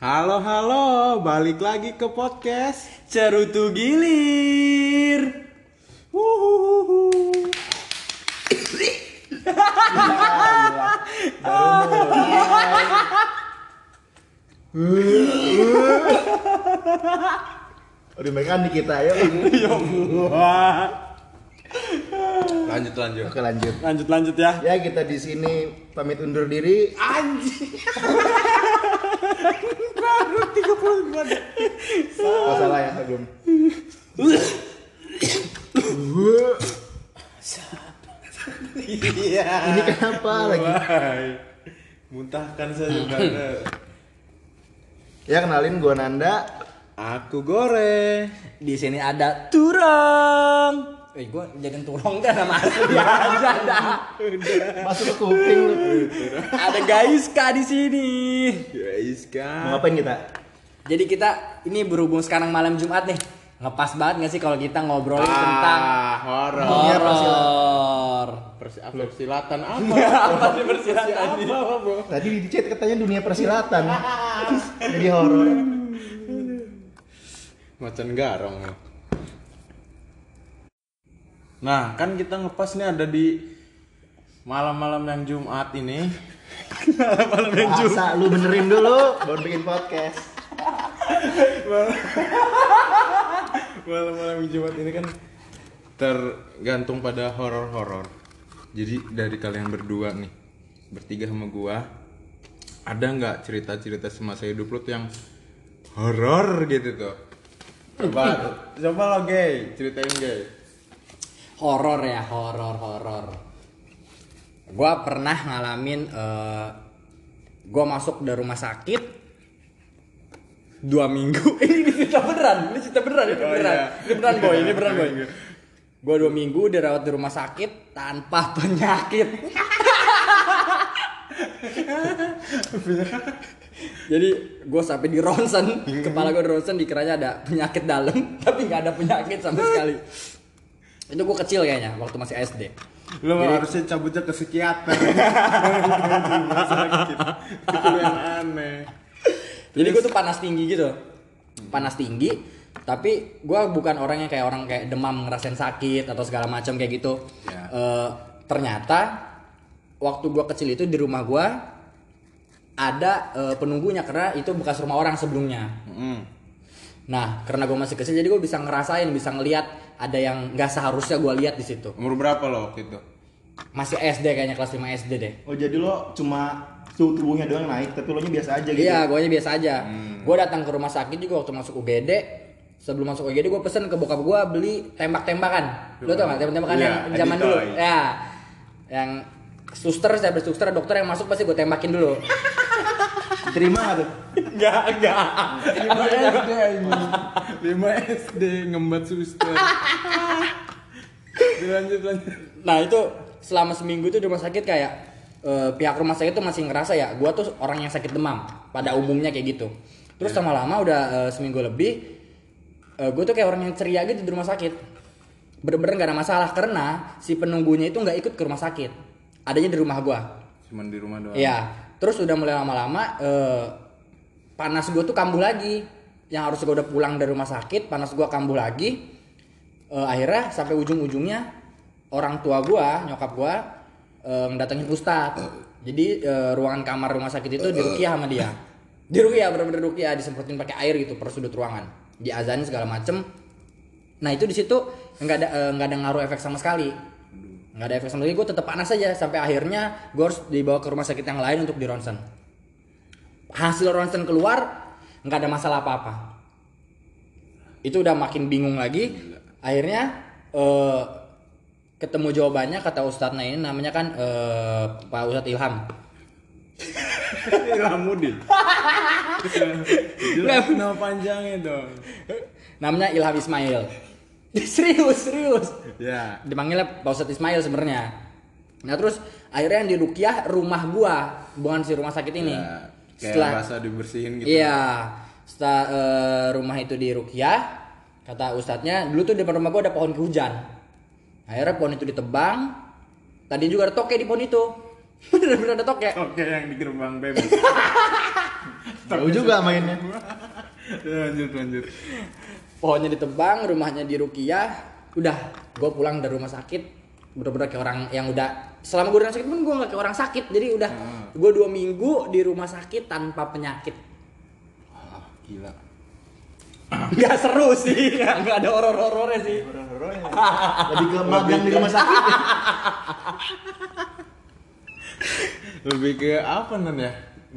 Halo, balik lagi ke podcast Cerutu Gilir. Wuhuhuhu. Udah mereka nih kita ayo. Lanjut. Oke lanjut. Lanjut ya. Ya kita di sini pamit undur diri. Anjing. Baru 30 menit. Oh, salah ya belum. Iya. Ini kenapa lagi? Muntahkan saja bener. Ya kenalin gua Nanda. Aku Gore. Di sini ada Turong. Gue jadiin Turong dah nama asli aja dah. Masuk ke kuping lu. Ada Gaiska di sini. Guys, Mau ngapain kita? Jadi kita ini berhubung sekarang malam Jumat nih. Ngepas banget gak sih kalau kita ngobrolin tentang horor. Dunia horor. Persilatan apa? Apa sih persilatan ini? Apa, Bro? Tadi di chat katanya dunia persilatan. Jadi horor. Macan garong. Nah, kan kita ngepas nih ada di malam-malam yang Jumat ini. Malam-malam yang Jumat. Masa lu benerin dulu baru bikin podcast. Malam-malam Jumat ini kan tergantung pada horor-horor. Jadi dari kalian berdua nih, bertiga sama gua, ada nggak cerita-cerita semasa hidup lu tuh yang horor gitu tuh? Coba lo gay, ceritain gay. Horor ya, horor. Gua pernah ngalamin gua masuk dari rumah sakit 2 minggu. Ini cerita beneran. Ini beneran boy. Gua 2 minggu dirawat di rumah sakit tanpa penyakit. Jadi gue sampai di ronsen, kepala gue di ronsen, dikiranya ada penyakit dalam, tapi nggak ada penyakit sama sekali. Itu gue kecil kayaknya waktu masih SD. Lo harusnya cabutnya ke psikiater. Rumah sakit. Itu yang aneh. Jadi gue tuh panas tinggi gitu. Panas tinggi, tapi gue bukan orang yang kayak demam ngerasain sakit atau segala macam kayak gitu. Ya. Ternyata waktu gue kecil itu di rumah gue ada penunggunya karena itu bekas rumah orang sebelumnya. Nah, karena gue masih kecil jadi gue bisa ngerasain, bisa ngelihat ada yang nggak seharusnya gue lihat di situ. Umur berapa lo waktu itu? Masih SD kayaknya, kelas 5 SD deh. Oh jadi lo cuma suhu tubuhnya doang naik tapi lo nya biasa aja gitu. Iya, gue biasa aja. Gue datang ke rumah sakit juga waktu masuk UGD. Sebelum masuk UGD gue pesen ke bokap gue beli tembak-tembakan. Lo tau gak tembak-tembakan yang zaman dulu? Ya, yang suster, saya bersuster, dokter yang masuk pasti gue tembakin dulu. Terima gak tuh? Enggak. 5 SD ini. 5 SD ngembat suster. Lanjut. Nah itu selama seminggu itu di rumah sakit kayak pihak rumah sakit tuh masih ngerasa ya gue tuh orang yang sakit demam pada umumnya kayak gitu. Terus lama-lama udah seminggu lebih gue tuh kayak orang yang ceria gitu di rumah sakit. Bener-bener gak ada masalah karena si penunggunya itu gak ikut ke rumah sakit, adanya di rumah gue. Cuman di rumah doang. Iya. Terus udah mulai lama-lama panas gue tuh kambuh lagi. Yang harusnya gue udah pulang dari rumah sakit, panas gue kambuh lagi. Akhirnya sampai ujung-ujungnya orang tua gue, nyokap gue ngedatengin ustadz. Jadi ruangan kamar rumah sakit itu diruqyah sama dia. Diruqyah, bener-bener ruqyah, disemprotin pakai air gitu per sudut ruangan. Diazanin segala macem. Nah itu di situ nggak ada ngaruh efek sama sekali. Nggak ada efek sama sekali, gue tetap panas aja sampai akhirnya gue harus dibawa ke rumah sakit yang lain untuk di ronsen. Hasil ronsen keluar nggak ada masalah apa-apa. Itu udah makin bingung lagi. Akhirnya ketemu jawabannya, kata ustadznya ini namanya kan Pak Ustadz Ilham. Ilhamuddin. Jelas nama panjangnya dong. Namanya Ilham Ismail. Serius. Ya. Dipanggilnya Pak Ustadz Ismail sebenarnya. Nah terus akhirnya yang di ruqyah rumah gua, bukan si rumah sakit ini. Ya, kayak bahasa dibersihin gitu. Iya. Setelah rumah itu di ruqyah, kata ustadznya dulu tuh di depan rumah gua ada pohon kehujan. Akhirnya pohon itu ditebang. Tadi juga ada toke di pohon itu. Bener-bener ada toke. Toke yang di gerbang bebek. Tahu juga mainnya. Lanjut. Pohonnya ditebang, rumahnya diruqyah. Udah, gue pulang dari rumah sakit bener-bener kayak orang yang udah, selama gue di rumah sakit pun gue nggak kayak orang sakit. Jadi udah gue 2 minggu di rumah sakit tanpa penyakit. Gila. Nggak seru sih, nggak ada horor-horornya sih. Horor-horornya. Lebih ke magang di rumah sakit. Lebih ke apa nan ya?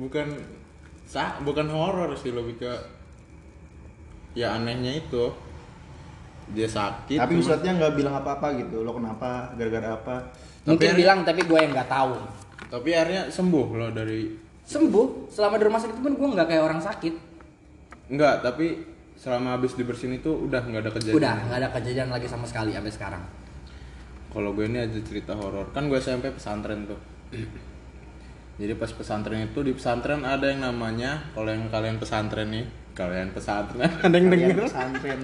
Bukan horor sih, lebih ke ya anehnya itu dia sakit. Tapi ustadznya nggak bilang apa-apa gitu. Lo kenapa? Gara-gara apa? Mungkin bilang tapi gue yang nggak tahu. Tapi akhirnya sembuh loh dari. Sembuh. Selama di rumah sakit pun gue nggak kayak orang sakit. Enggak, tapi selama habis dibersihin itu udah nggak ada kejadian. Udah nggak ada kejadian lagi sama sekali sampai sekarang. Kalau gue ini aja cerita horor. Kan gue SMP pesantren tuh. Jadi pas pesantren itu, di pesantren ada yang namanya, kalau yang kalian pesantren nih, kalian pesantren ada yang denger Pesantren.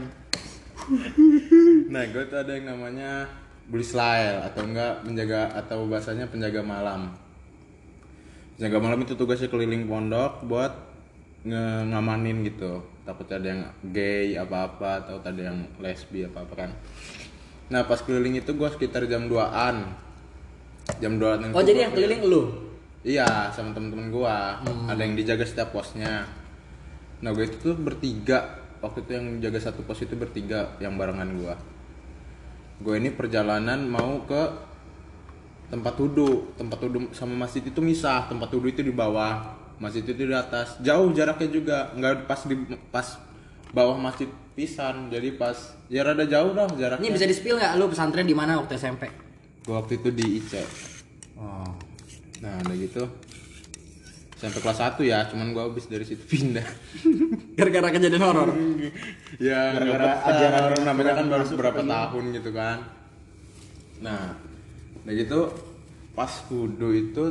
Nah, gue tuh ada yang namanya bulislail atau enggak menjaga, atau bahasanya penjaga malam. Penjaga malam itu tugasnya keliling pondok buat ngamanin gitu. Takutnya ada yang gay apa-apa atau ada yang lesbi apa-apa kan. Nah, pas keliling itu gue sekitar jam 2-an. Jam 2-an. Oh, jadi yang keliling lu? Iya, sama temen-temen gua. Ada yang dijaga setiap posnya. Nah, gue itu tuh bertiga. Waktu itu yang jaga satu pos itu bertiga yang barengan gua. Gue ini perjalanan mau ke tempat wudhu. Tempat wudhu sama masjid itu misah. Tempat wudhu itu di bawah, masjid itu di atas. Jauh jaraknya juga, nggak pas bawah masjid pisan. Jadi pas ya rada jauh dah jaraknya. Ini bisa di-spill nggak lu pesantren di mana waktu SMP? Gua waktu itu di IC. Oh. Nah, udah gitu sampai kelas 1 ya, cuman gua habis dari situ pindah. Gara-gara kejadian horor. Ya, Gara-gara ajaran ajaran namanya kan baru masuk berapa katanya. tahun gitu kan. Nah, udah gitu pas wudhu itu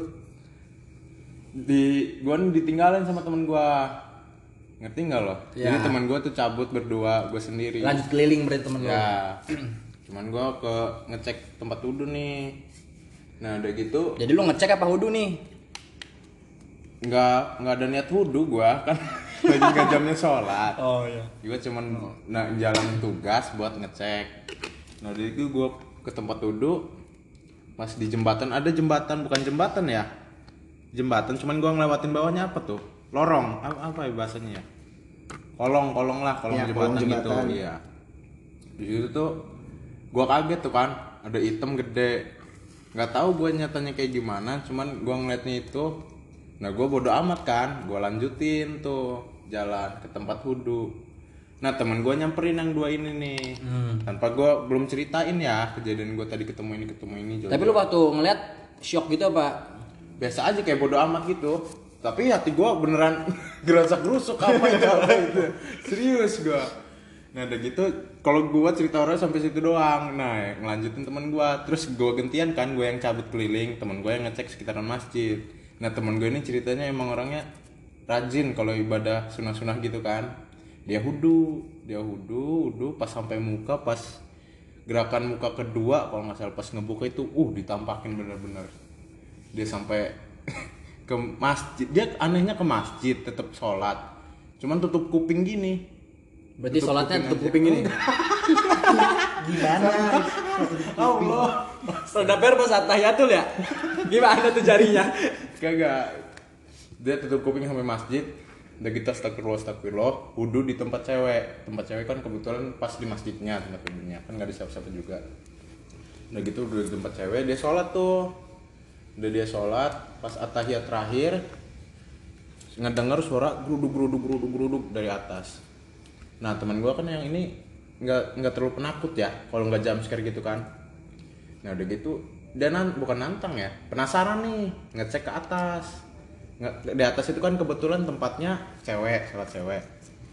gua ditinggalin sama temen gua. Ngerti nggak lo? Ya. Jadi teman gua tuh cabut berdua, gua sendiri. Lanjut keliling berarti temen lu. Ya. Cuman gua ngecek tempat wudhu nih. Nah, udah gitu Jadi lu ngecek apa wudhu nih? nggak ada niat wudhu gua kan lagi nggak jamnya sholat. Oh iya. Gua cuman jalan tugas buat ngecek. Nah, dari itu gua ke tempat wudhu, pas di jembatan, ada jembatan, bukan jembatan ya, jembatan, cuman gua ngelewatin bawahnya apa tuh, lorong apa ya bahasanya ya, kolong lah, Ya, jembatan, kolong jembatan. gitu. Iya, di situ tuh gua kaget tuh kan, ada item gede, nggak tahu gua nyatanya kayak gimana, cuman gua ngeliatnya itu. Nah, gue bodo amat kan, gue lanjutin tuh jalan ke tempat wudhu. Nah, teman gue nyamperin yang 2 ini nih, tanpa gue belum ceritain ya kejadian gue tadi ketemu ini. Tapi lu waktu ngeliat shock gitu apa? Biasa aja kayak bodo amat gitu. Tapi hati gue beneran gerasak-gerusuk apa itu. Serius gue. Nah, udah gitu, kalau gue cerita orang sampai situ doang. Nah, ngelanjutin teman gue. Terus gue gantian kan, gue yang cabut keliling, teman gue yang ngecek sekitaran masjid. Nah, teman gue ini ceritanya emang orangnya rajin kalau ibadah sunah-sunah gitu kan. Dia wudhu pas sampai muka, pas gerakan muka kedua kalau nggak salah pas ngebuka itu ditampakin bener-bener. Dia sampai ke masjid. Dia anehnya ke masjid tetap sholat, cuman tutup kuping gini. Berarti sholatnya tutup kuping ini. Gimana? Allah. Rada pas tahiyatul ya? Gimana tuh jarinya? Kagak. Dia tutup kuping sampai masjid. Udah gitu astagfirullah, wudhu di tempat cewek. Tempat cewek kan kebetulan pas di masjidnya tempat wudhunya. Kan enggak ada siapa-siapa juga. Udah gitu wudhu di tempat cewek, dia sholat tuh. Udah dia sholat, pas at-tahiyat terakhir ngedenger suara geruduk dari atas. Nah, teman gua kan yang ini nggak terlalu penakut ya, kalau nggak jumpscare gitu kan. Nah, udah gitu dia bukan nantang ya, penasaran nih, ngecek ke atas. Di atas itu kan kebetulan tempatnya sholat cewek.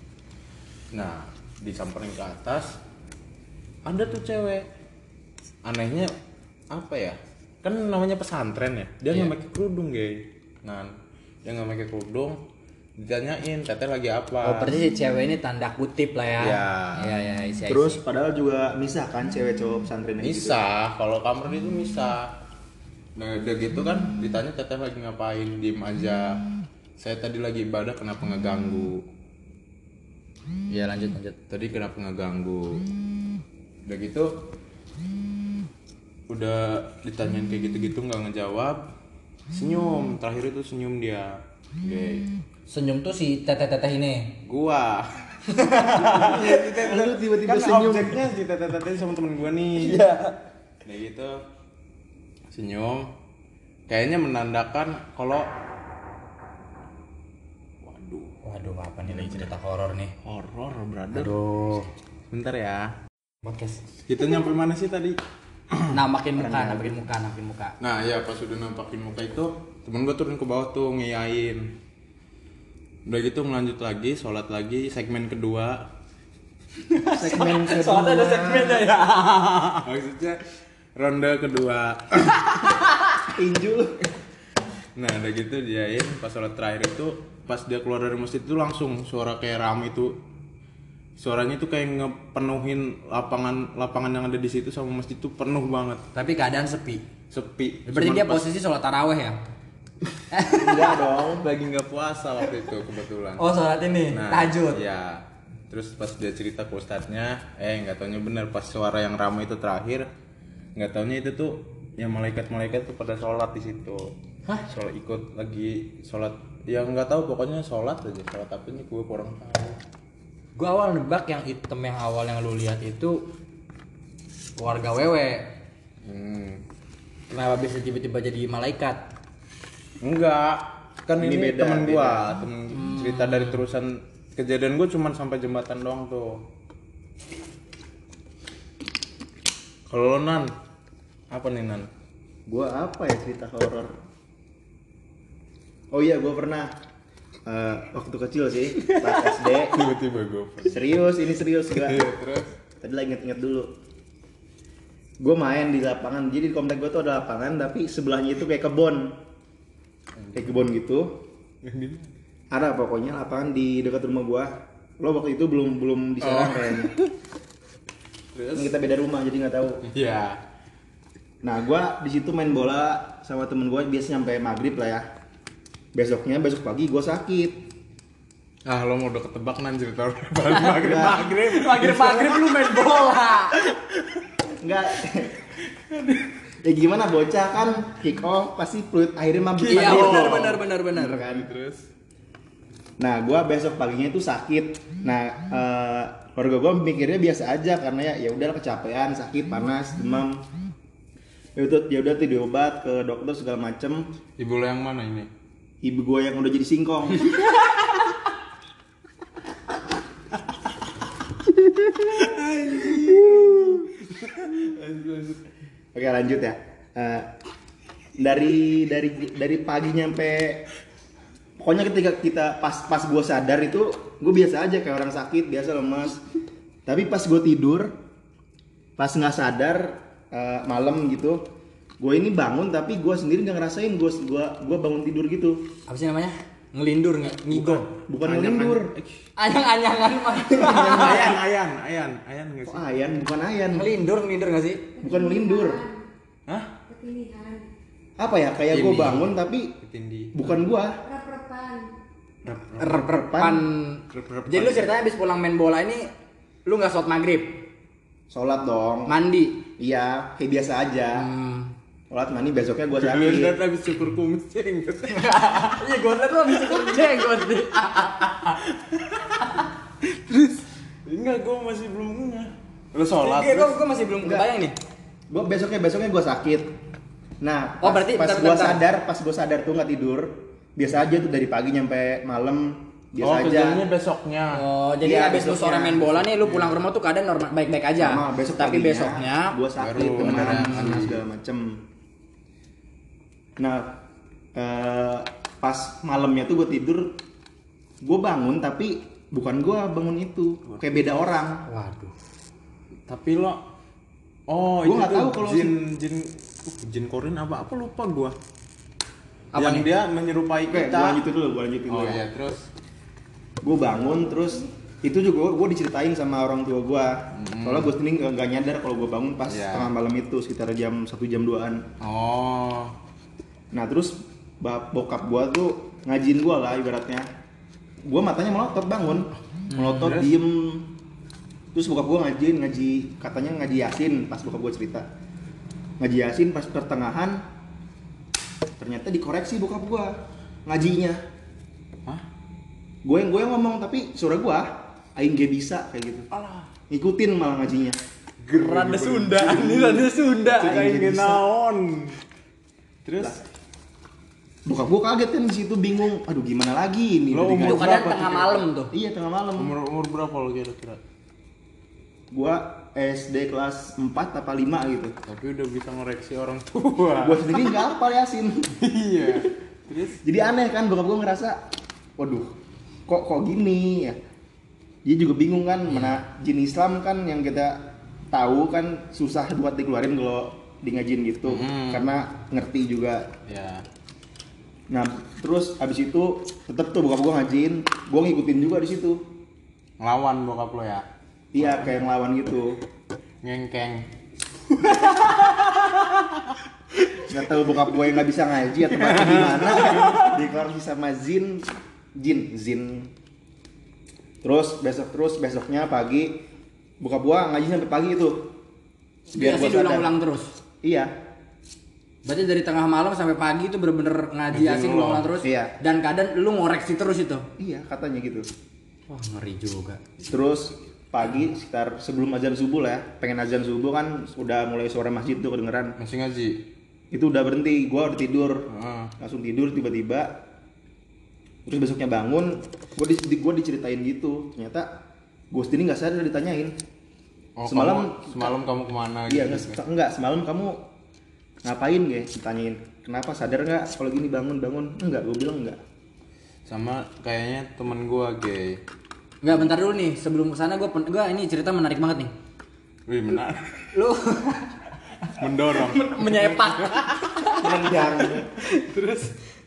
Nah, disamperin ke atas, ada tuh cewek. Anehnya apa ya? Kan namanya pesantren ya, dia nggak pakai kerudung guys. Nah, dia nggak pakai kerudung. Ditanyain teteh lagi apa. Oh, berarti si cewek ini tanda kutip lah ya. Iya. Isi. Terus padahal juga misah kan cewek cowok pesantren gitu. Misah, kalau kamar itu misah. Nah, udah gitu kan ditanya teteh lagi ngapain, diem aja. saya tadi lagi ibadah kenapa ngeganggu. Iya lanjut. Tadi kenapa ngeganggu. Udah gitu udah ditanyain kayak gitu-gitu nggak ngejawab, senyum, terakhir itu senyum dia. Oke. Senyum tuh si teteh-teteh ini. Gua Lu tiba-tiba kan senyum. objeknya si teteh-teteh sama temen gua nih. Iya. Kayak gitu senyum kayaknya menandakan kalau Waduh apa nih lagi cerita horor nih. horor brother. Aduh. Bentar ya, Podcast. kita nyampe mana sih tadi? Nampakin muka. Nah ya pas udah nampakin muka itu temen gue turun ke bawah tuh ngiyain. Udah gitu ngelanjut lagi, sholat lagi, segmen kedua. Segmen kedua. Soalnya ada segmennya ya. Maksudnya ronde kedua. Tinju. Nah udah gitu diain, pas sholat terakhir itu pas dia keluar dari masjid itu langsung suara kayak rame itu. Suaranya itu kayak ngepenuhin lapangan yang ada di situ sama masjid itu penuh banget. Tapi keadaan sepi. Sepi. Berarti Cuman dia pas- posisi sholat taraweh ya? Enggak dong. lagi nggak puasa waktu itu kebetulan. Oh sholat ini, tahajud. Iya. Terus pas dia cerita ke ustadznya, nggak taunya bener pas suara yang ramai itu terakhir, nggak taunya itu tuh yang malaikat tuh pada sholat di situ. Hah? Sholat ikut lagi sholat, ya nggak tahu pokoknya sholat aja. Sholat apa nih gue kurang tahu. Gue awal nebak yang hitam yang awal yang lu lihat itu keluarga Wewe. Kenapa bisa tiba-tiba jadi malaikat? Enggak, kan Ini ini, beda, temen beda. gua, temen cerita dari terusan kejadian gua cuman sampai jembatan doang tuh. Kalau lo Nan, apa nih Nan? Gua apa ya cerita horor? Oh iya, gua pernah waktu kecil sih, pas SD. Tiba-tiba gua. Ini serius gua. Terus? Tadi lagi inget-inget dulu. Gue main di lapangan, jadi di komplek gue tuh ada lapangan, tapi sebelahnya itu kayak kebon gitu. Ada pokoknya lapangan di dekat rumah gue. Lo waktu itu belum di Serang kayaknya. Terus? Kan kita beda rumah jadi nggak tahu. Iya. Nah gue di situ main bola sama temen gue biasa nyampe maghrib lah ya. Besok pagi gue sakit. Ah lo mau udah ketebak Nan cerita maghrib. Maghrib lu main bola. Enggak. Ya gimana bocah kan kick off pasti fluid akhirnya mabuk. Iya gitu. benar. Kan? Terus? Nah, gua besok paginya itu sakit. Nah, keluarga gua mikirnya biasa aja karena ya udah kecapean, sakit, panas, demam. Ya udah tuh diobat ke dokter segala macem. Ibu lo yang mana ini? Ibu gua yang udah jadi singkong. Oke, lanjut ya. Dari pagi nyampe pokoknya ketika kita pas gue sadar itu gue biasa aja kayak orang sakit biasa lemas, tapi pas gue tidur pas nggak sadar malam gitu gue ini bangun tapi gue sendiri nggak ngerasain gue bangun tidur gitu. Apa sih namanya? Ngelindur ngigong. Bukan ngelindur. Anyang-anyangan mah. Ayan nggak Oh, sih? ayan bukan ayan, Ngelindur nggak sih? bukan ngelindur. Hah? Ketindihan, Apa ya kayak gue Ini. bangun tapi Ketindi. bukan gue. rep-repan. Rep-repan. Jadi lu ceritanya habis pulang main bola ini lu nggak sholat maghrib, Sholat dong. mandi. Iya kayak biasa aja. Sholat mandi besoknya gue Lu sakit. udah habis cukur kumis jenggot. Iya gue liat lu habis cukur jenggot nih. Terus? Enggak, gue masih belum ngeh. Lu sholat Oke, terus? gue masih belum Enggak. kebayang nih. Gue besoknya gue sakit. Nah, Oh, berarti pas bentar, gue bentar. sadar tuh nggak tidur. Biasa aja tuh dari pagi nyampe malam biasa aja. kejadiannya besoknya. Oh, jadi Iya, habis lu besoknya. sore main bola nih, lu pulang ke rumah tuh keadaan normal baik-baik aja. Sama, besok Tapi paginya besoknya gue sakit, baru demam, ada panas segala macem. Nah, pas malamnya tuh gue tidur, gue bangun tapi bukan gue bangun itu, kayak beda orang. waduh. Tapi lo Gua itu nggak tuh tahu kalau jin korin apa lupa gua. Apa yang nih? dia menyerupai Oke, kita. gue lanjutin dulu Oh ya. iya, terus Gue bangun terus itu juga gue diceritain sama orang tua gue. Soalnya gue sendiri nggak nyadar kalau gue bangun pas Iya. tengah malam itu sekitar jam 1 jam 2-an. oh Nah terus bokap gue tuh ngajiin gue lah ibaratnya. Gue matanya melotot bangun, melotot diem. Terus bokap gue ngaji katanya ngaji Yasin pas bokap gue cerita. Ngaji Yasin pas pertengahan ternyata dikoreksi bokap gue ngajinya. Hah? Gue yang ngomong tapi suara gue aing ge bisa kayak gitu. Ngikutin malah ngajinya. Rada Sunda, ini rada Sunda. Kayak naon. Terus Bokap gue kaget kan di situ bingung. Aduh gimana lagi ini? Lo Itu umur kadang berapa tengah tuh, malam tuh. Iya tengah malam. umur berapa lo kira-kira? Gua SD kelas 4 apa 5 gitu. Tapi udah bisa ngoreksi orang tua. Gua sendiri nggak hafal Yasin. Iya. Terus Jadi aneh kan bokap gue ngerasa, waduh, kok gini ya. Dia juga bingung kan, mana jin Islam kan yang kita tahu kan susah buat dikeluarin kalau di ngajin gitu, karena ngerti juga. ya. Nah terus abis itu tetep tuh bokap gue ngajiin, gue ngikutin juga di situ. Ngelawan bokap lo ya. Iya kayak ngelawan gitu. Ngengkeng. Nggak tahu bokap gue nggak bisa ngaji atau gimana. Dikoreksi sama jin. Terus besoknya pagi bokap gue ngaji sampai pagi itu. Biar sih gua sadar. diulang-ulang terus. Iya. Berarti dari tengah malam sampai pagi itu bener-bener ngaji Yasin lu. ulang terus. Iya. Dan kadang lu ngoreksi terus itu. Iya katanya gitu. Wah ngeri juga. Terus pagi sekitar sebelum azan subuh lah ya, pengen azan subuh kan udah mulai suara masjid tuh kedengeran. Masih ngaji. Itu udah berhenti, gue udah tidur. Heeh. Langsung tidur tiba-tiba. Terus besoknya bangun, gue diceritain gitu. Ternyata Ghost ini nggak sadar ditanyain. Oh, Semalam semalam kamu kemana iya gitu? enggak semalam kamu ngapain guys? Ditanyain. Kenapa sadar nggak kalau gini bangun? Enggak, gue bilang enggak. Sama kayaknya temen gua gay. Enggak, bentar dulu nih. Sebelum kesana gue ini cerita menarik banget nih. Wih benar. Lu Mendorong. menyepak. Menendang. Terus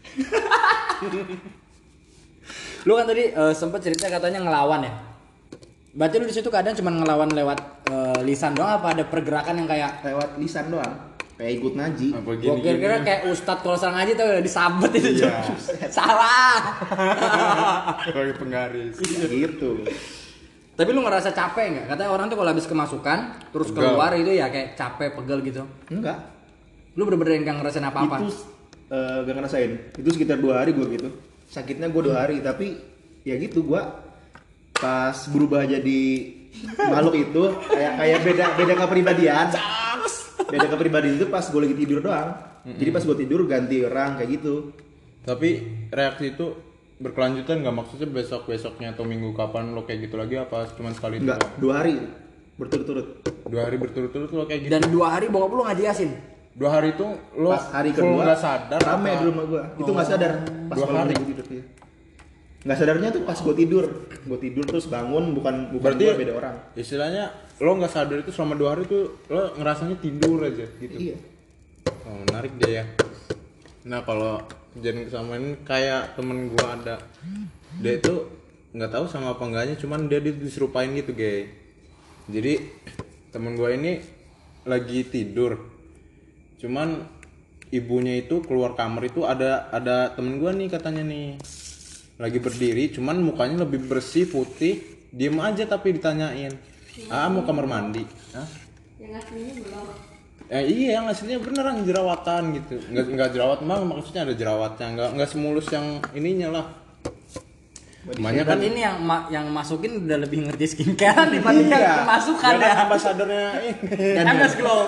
Lu kan tadi sempet cerita katanya ngelawan ya. Berarti lu di situ kadang cuma ngelawan lewat lisan doang apa ada pergerakan yang kayak Lewat lisan doang. Kayak ikut ngaji. apa gua kira-kira kayak ustadz kalau serang ngaji tuh disabet itu. Iya. Salah. Kayak penggaris. Gitu. Tapi lu ngerasa capek nggak? Katanya orang tuh kalau habis kemasukan terus Pegel. keluar itu ya kayak capek, pegel gitu. Enggak. Lu bener-bener nggak ngerasain apa-apa. Itu gak ngerasain. Itu sekitar 2 hari gue gitu. Sakitnya gue 2 hari, tapi ya gitu gue pas berubah jadi makhluk itu kayak beda kepribadian. Beda kepribadian itu pas gue lagi tidur doang. Jadi pas gue tidur ganti orang kayak gitu. Tapi reaksi itu berkelanjutan nggak, maksudnya besoknya atau minggu kapan lo kayak gitu lagi apa cuma sekali itu? Enggak, 2 hari berturut-turut. 2 hari berturut-turut lo kayak gitu. Dan 2 hari bokap lu ngaji Yasin. 2 hari itu lo Pas hari full kedua nggak sadar rame apa? di rumah gue. Itu nggak sadar pas 2 malam hari. gue tidur ya. Nggak sadarnya tuh pas gue tidur. Gue tidur terus bangun bukan Berarti gue, beda orang. Istilahnya lo nggak sadar itu selama 2 hari tuh lo ngerasanya tidur aja gitu. Iya. Oh, menarik deh ya. Nah kalau kejadian kesamaan kayak temen gua ada, dia itu nggak tahu sama apa enggaknya, cuman dia diserupain gitu gay. Jadi temen gua ini lagi tidur, cuman ibunya itu keluar kamar itu ada temen gua nih katanya nih lagi berdiri, cuman mukanya lebih bersih putih, diem aja tapi ditanyain, mau kamar mandi, Hah? Yang aslinya belum. Iya, yang aslinya beneran jerawatan gitu. Enggak jerawat mah, maksudnya ada jerawatnya, enggak semulus yang ininya lah. Banyak kan Berarti ini yang masukin udah lebih ngerti skincare dibanding yang kemasukan dia kan ya. ambasadornya ini. MS Glow.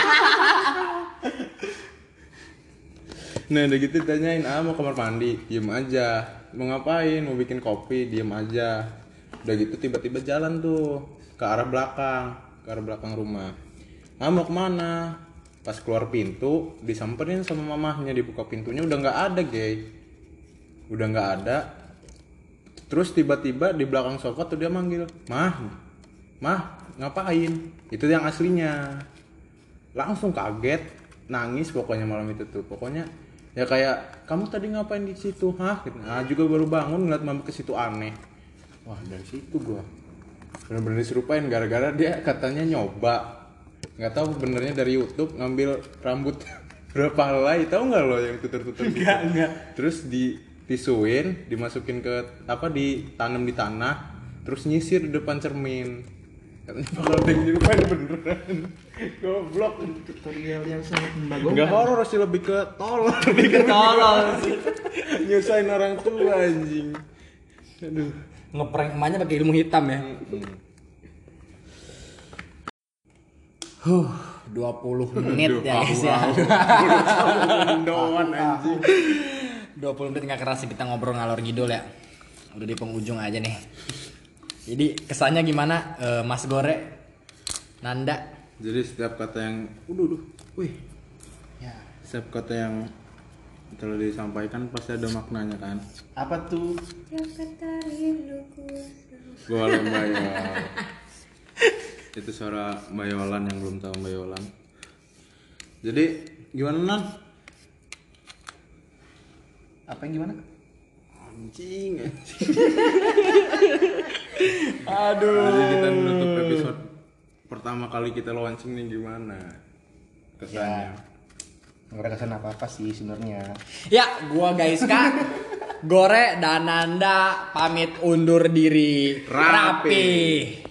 Nah, udah gitu ditanyain, mau kamar mandi, diem aja. Mau ngapain? Mau bikin kopi, diem aja. Udah gitu tiba-tiba jalan tuh ke arah belakang rumah. Mau kemana? Pas keluar pintu disamperin sama mamahnya, dibuka pintunya udah nggak ada gay, udah nggak ada. Terus tiba-tiba di belakang sofa tuh dia manggil, mah ngapain? Itu yang aslinya. Langsung kaget, nangis pokoknya malam itu tuh. Pokoknya ya kayak kamu tadi ngapain di situ? Hah? Nah, juga baru bangun ngeliat mama ke situ aneh. Wah, dari situ gua bener-bener diserupain gara-gara dia katanya nyoba. Nggak tahu benernya dari YouTube ngambil rambut berapa helai, tahu nggak lo yang tutur-tutur gitu? Enggak. Terus tisuin, dimasukin ke apa, ditanam di tanah, terus nyisir di depan cermin. Katanya bakal ada yang nyerupain beneran. Goblok. Tutorial yang sangat membagongkan. Enggak horor sih, lebih ke tolol. sih. Nyusahin orang tua anjing. Aduh. Ngeprank emaknya pakai ilmu hitam ya. 20 menit Aduh, ya guys ya. Doan anjing. 20 menit nggak kerasa kita ngobrol ngalor ngidul ya. Udah di penghujung aja nih. Jadi kesannya gimana Mas Gore? Nanda? Jadi setiap kata yang wih. Ya. Setiap kata yang telah disampaikan pasti ada maknanya kan. Apa tuh? Boleh bayar. Itu suara Mbak Yolan yang belum tahu Mbak Yolan. Jadi gimana Nan? Apa yang gimana? Anjing. Aduh. Jadi kita menutup episode pertama kali kita launching nih gimana kesannya? Nggak ada kesan apa-apa sih sebenarnya. Ya, gua guys Kak Gore dan Nanda pamit undur diri. Rapi.